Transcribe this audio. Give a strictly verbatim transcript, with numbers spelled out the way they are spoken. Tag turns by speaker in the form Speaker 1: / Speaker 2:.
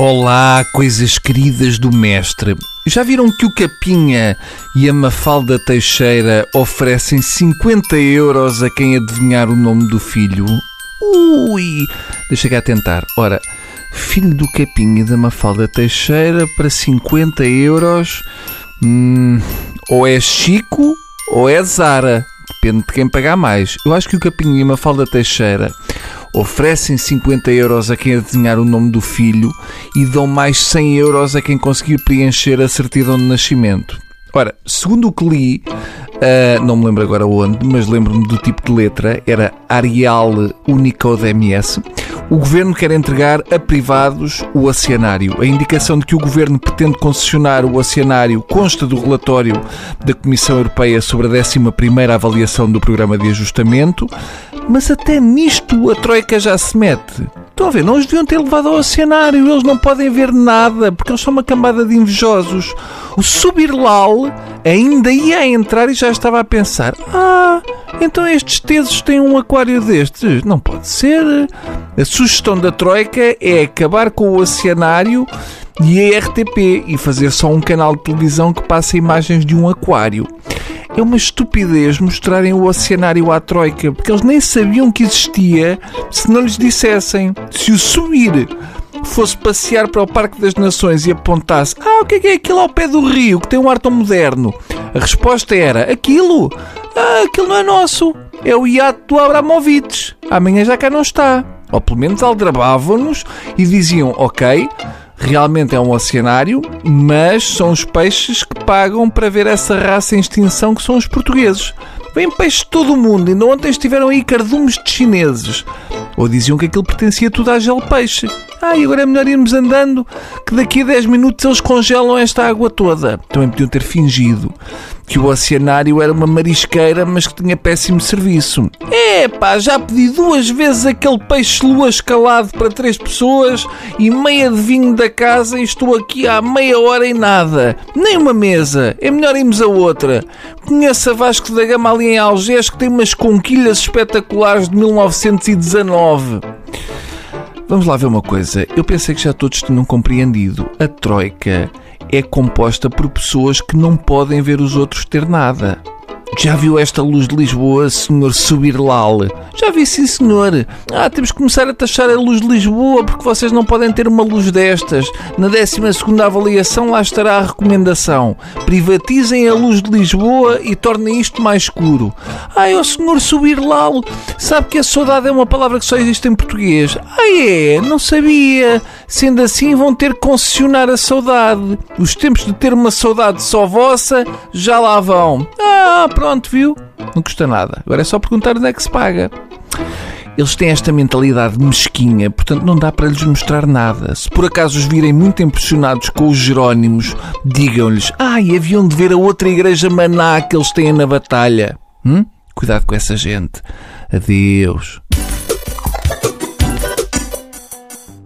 Speaker 1: Olá, coisas queridas do mestre. Já viram que o Capinha e a Mafalda Teixeira oferecem cinquenta euros a quem adivinhar o nome do filho? Ui, deixa cá tentar. Ora, filho do Capinha e da Mafalda Teixeira para cinquenta euros. Hum, ou é Chico ou é Zara. Depende de quem pagar mais. Eu acho que o Capinha e a Mafalda Teixeira oferecem cinquenta euros a quem adivinhar o nome do filho e dão mais cem euros a quem conseguir preencher a certidão de nascimento. Ora, segundo o que li, uh, não me lembro agora onde, mas lembro-me do tipo de letra, era Arial Unicode M S, o Governo quer entregar a privados o oceanário. A indicação de que o Governo pretende concessionar o oceanário consta do relatório da Comissão Europeia sobre a décima primeira avaliação do Programa de Ajustamento, mas até nisto a Troika já se mete. Estão a ver, não os deviam ter levado ao oceanário, eles não podem ver nada, porque eles são uma cambada de invejosos. O Subirlal ainda ia entrar e já estava a pensar: ah, então estes tesos têm um aquário destes? Não pode ser. A sugestão da Troika é acabar com o oceanário e a R T P e fazer só um canal de televisão que passa imagens de um aquário. É uma estupidez mostrarem o oceanário à Troika, porque eles nem sabiam que existia se não lhes dissessem. Se o Subir fosse passear para o Parque das Nações e apontasse: ah, o que é que é aquilo ao pé do rio, que tem um ar tão moderno? A resposta era: aquilo? Ah, aquilo não é nosso. É o iate do Abramovich. Amanhã já cá não está. Ou pelo menos aldrabavam-nos e diziam: ok, realmente é um oceanário, mas são os peixes que pagam para ver essa raça em extinção que são os portugueses. Vêm peixes de todo o mundo, ainda ontem estiveram aí cardumes de chineses. Ou diziam que aquilo pertencia tudo à Gel Peixe. Ah, e agora é melhor irmos andando, que daqui a dez minutos eles congelam esta água toda. Também podiam ter fingido que o oceanário era uma marisqueira, mas que tinha péssimo serviço. É pá, já pedi duas vezes aquele peixe-lua escalado para três pessoas e meia de vinho da casa e estou aqui há meia hora e nada. Nem uma mesa. É melhor irmos a outra. Conheço a Vasco da Gama ali em Algés, que tem umas conquilhas espetaculares de mil novecentos e dezanove. Vamos lá ver uma coisa. Eu pensei que já todos tinham compreendido. A Troika é composta por pessoas que não podem ver os outros ter nada. Já viu esta luz de Lisboa, senhor Subirlal? Já vi, sim, senhor. Ah, temos que começar a taxar a luz de Lisboa, porque vocês não podem ter uma luz destas. Na décima segunda avaliação lá estará a recomendação: privatizem a luz de Lisboa e tornem isto mais escuro. Ai, ó senhor Subirlal, sabe que a saudade é uma palavra que só existe em português? Ah, é? Não sabia. Sendo assim, vão ter que concessionar a saudade. Os tempos de ter uma saudade só vossa já lá vão. Ah, pronto, viu? Não custa nada. Agora é só perguntar onde é que se paga. Eles têm esta mentalidade mesquinha, portanto não dá para lhes mostrar nada. Se por acaso os virem muito impressionados com os Jerónimos, digam-lhes: ai, haviam de ver a outra igreja maná que eles têm na batalha. Hum? Cuidado com essa gente. Adeus.